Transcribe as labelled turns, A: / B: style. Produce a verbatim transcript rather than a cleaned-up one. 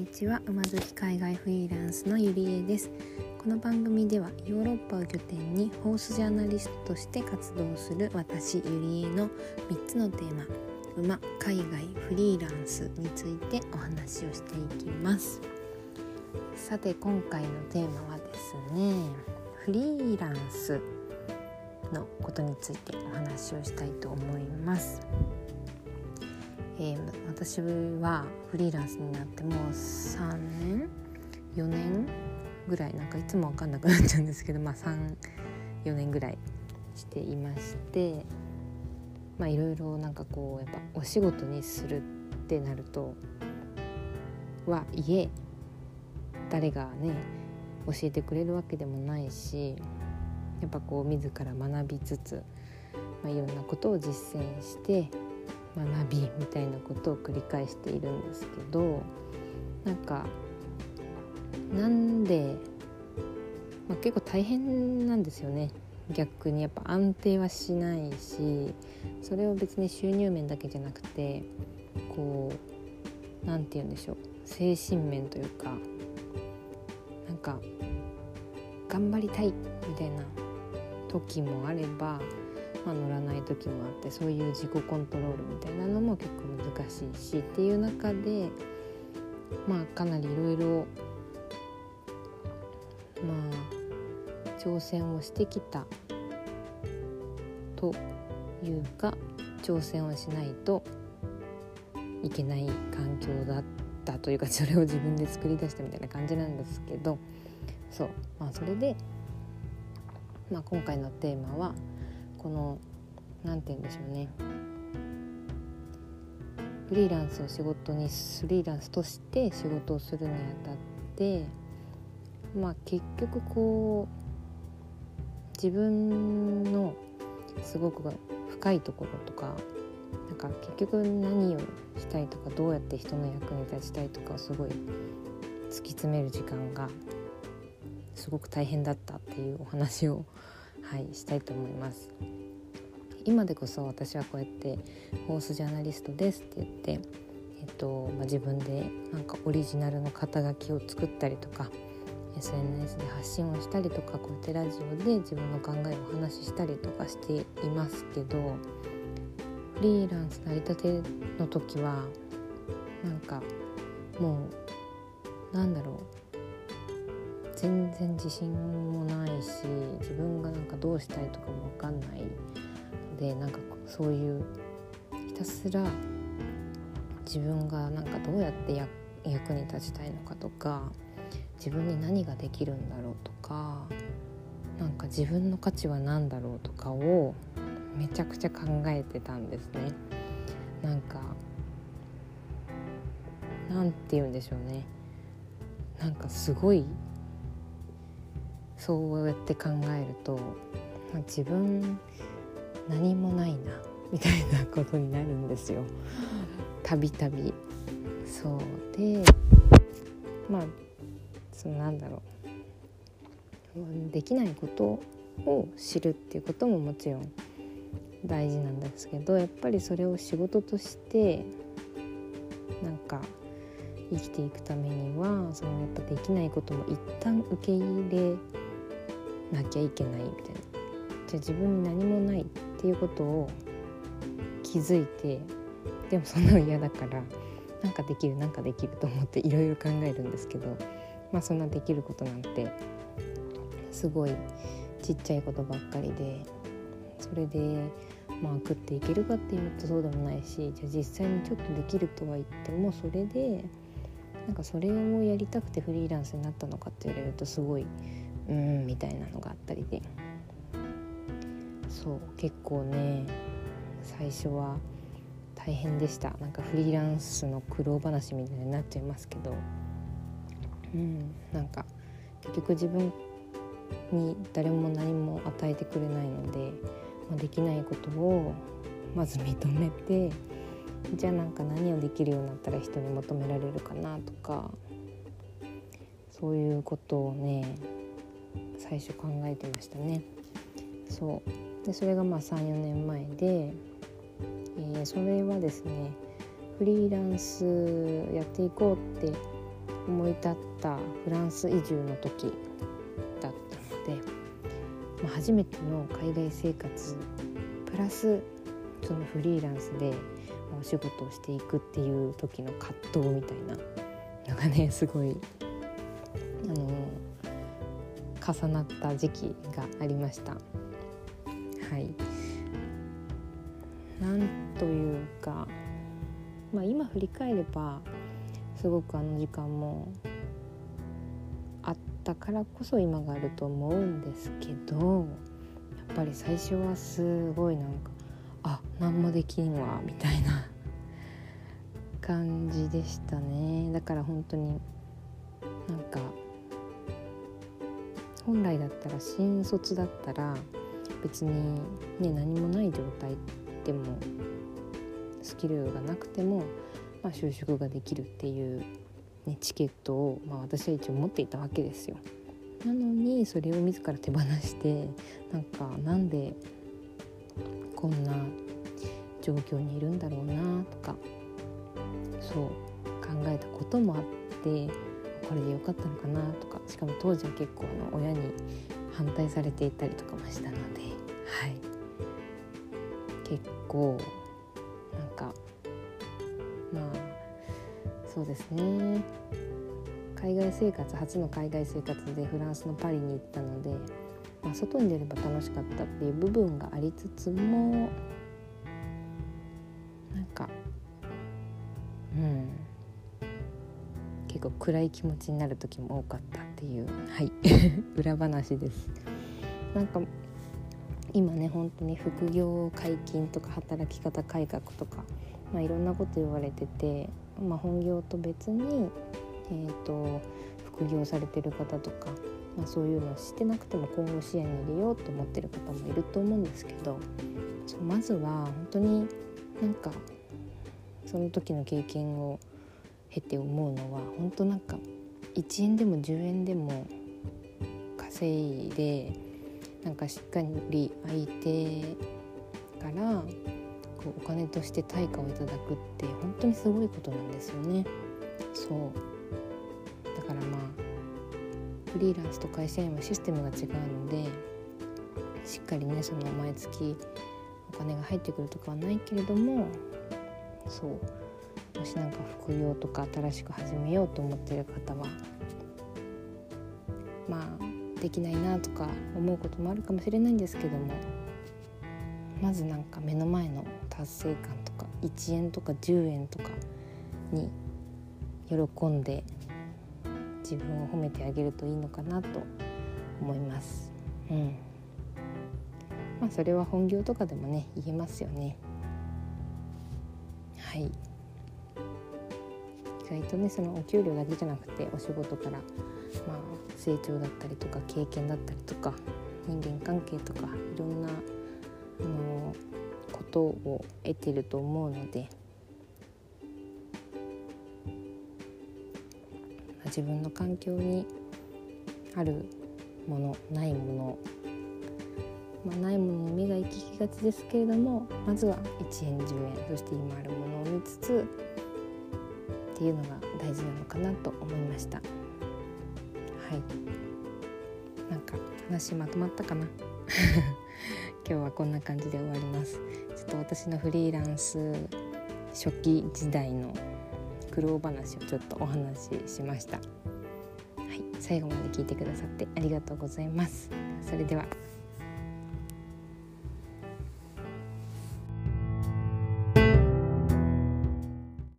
A: ちは。馬好き海外フリーランスのゆりえです。この番組ではヨーロッパを拠点にホースジャーナリストとして活動する私ゆりえのみっつのテーマ、馬、海外、フリーランスについてお話をしていきます。さて今回のテーマはですね、フリーランスのことについてお話をしたいと思います。えー、私はフリーランスになってもうさんねんよねんぐらい、なんかいつも分かんなくなっちゃうんですけど、まあさん、よねんぐらいしていまして、まあいろいろなんかこうやっぱお仕事にするってなるとはいえ誰がね教えてくれるわけでもないし、やっぱこう自ら学びつつ、まあ、いろんなことを実践して学びみたいなことを繰り返しているんですけど、なんかなんで、まあ、結構大変なんですよね。逆にやっぱ安定はしないし、それを別に収入面だけじゃなくて、こうなんて言うんでしょう、精神面というか、なんか頑張りたいみたいな時もあれば、まあ、乗らない時もあって、そういう自己コントロールみたいなのも結構難しいしっていう中で、まあかなりいろいろまあ挑戦をしてきたというか、挑戦をしないといけない環境だったというか、それを自分で作り出したみたいな感じなんですけど、そう、まあそれで、まあ、今回のテーマはこのなんて言うんでしょうね、フリーランスを仕事にフリーランスとして仕事をするにあたって、まあ結局こう自分のすごく深いところとか、なんか結局何をしたいとか、どうやって人の役に立ちたいとかをすごい突き詰める時間がすごく大変だったっていうお話を、はい、したいと思います。今でこそ私はこうやってホースジャーナリストですって言って、えっとまあ、自分でなんかオリジナルの肩書きを作ったりとか エスエヌエス で発信をしたりとか、こうやってラジオで自分の考えをお話ししたりとかしていますけど、フリーランス成り立ての時はなんかもうなんだろう、全然自信もないし、自分がなんかどうしたいとかも分かんないので、なんかそういうひたすら自分がなんかどうやってや役に立ちたいのかとか、自分に何ができるんだろうとか、なんか自分の価値は何だろうとかをめちゃくちゃ考えてたんですね。なんかなんて言うんでしょうね、なんかすごいそうやって考えると、自分何もないなみたいなことになるんですよ、たびたび。そうで、まあそのなんだろう、できないことを知るっていうことももちろん大事なんですけど、やっぱりそれを仕事としてなんか生きていくためには、そのやっぱできないことも一旦受け入れなきゃいけないみたいな。じゃあ自分に何もないっていうことを気づいて、でもそんなの嫌だからなんかできるなんかできると思っていろいろ考えるんですけど、まあそんなできることなんてすごいちっちゃいことばっかりで、それでまあ食っていけるかっていうとそうでもないし、じゃあ実際にちょっとできるとは言っても、それでなんかそれをやりたくてフリーランスになったのかって言われるとすごいうーんみたいなのがあったりで、そう結構ね最初は大変でした。なんかフリーランスの苦労話みたいになっちゃいますけど、うん、なんか結局自分に誰も何も与えてくれないので、まあ、できないことをまず認めて、じゃあなんか何をできるようになったら人に求められるかなとか、そういうことをね最初考えてましたね。そうでそれがまあさん、よねんまえで、えー、それはですねフリーランスやっていこうって思い立ったフランス移住の時だったので、まあ、初めての海外生活プラスそのフリーランスでお仕事をしていくっていう時の葛藤みたいなのがねすごいあの重なった時期がありました。はい、なんというか、まあ、今振り返ればすごくあの時間もあったからこそ今があると思うんですけど、やっぱり最初はすごいなんかあ、何もできんわみたいな感じでしたね。だから本当になんか本来だったら新卒だったら別に、ね、何もない状態でもスキルがなくても、まあ、就職ができるっていう、ね、チケットを、まあ、私は一応持っていたわけですよ。なのにそれを自ら手放してなんかなんでこんな状況にいるんだろうなとかそう考えたこともあって、これで良かったのかなとか、しかも当時は結構あの親に反対されていたりとかもしたので、はい、結構なんかまあそうですね、海外生活初の海外生活でフランスのパリに行ったので、まあ、外に出れば楽しかったっていう部分がありつつもなんかうん結構暗い気持ちになる時も多かったっていう、はい裏話です。なんか今ね本当に副業解禁とか働き方改革とか、まあ、いろんなこと言われてて、まあ、本業と別に、えーと、副業されてる方とか、まあ、そういうのをしてなくても今後視野に入れようと思ってる方もいると思うんですけど、そうまずは本当になんかその時の経験を経て思うのは、本当なんかいちえんでもじゅうえんでも稼いでなんかしっかり相手からこうお金として対価をいただくって本当にすごいことなんですよね。そうだからまあフリーランスと会社員はシステムが違うので、しっかりねその毎月お金が入ってくるとかはないけれども、そうもしなんか副業とか新しく始めようと思っている方はまあできないなとか思うこともあるかもしれないんですけども、まずなんか目の前の達成感とかいちえんとかじゅうえんとかに喜んで自分を褒めてあげるといいのかなと思います。うん。まあそれは本業とかでもね言えますよね。はい。意外とねそのお給料だけじゃなくてお仕事からまあ成長だったりとか経験だったりとか人間関係とかいろんなあのことを得てると思うので、自分の環境にあるものないもの、まあ、ないものに目が行きがちですけれども、まずはいちえんじゅうえんそして今あるものを見つつっていうのが大事なのかなと思いました。はい、なんか話まとまったかな今日はこんな感じで終わります。ちょっと私のフリーランス初期時代の苦労話をちょっとお話ししました。はい、最後まで聞いてくださってありがとうございます。それでは。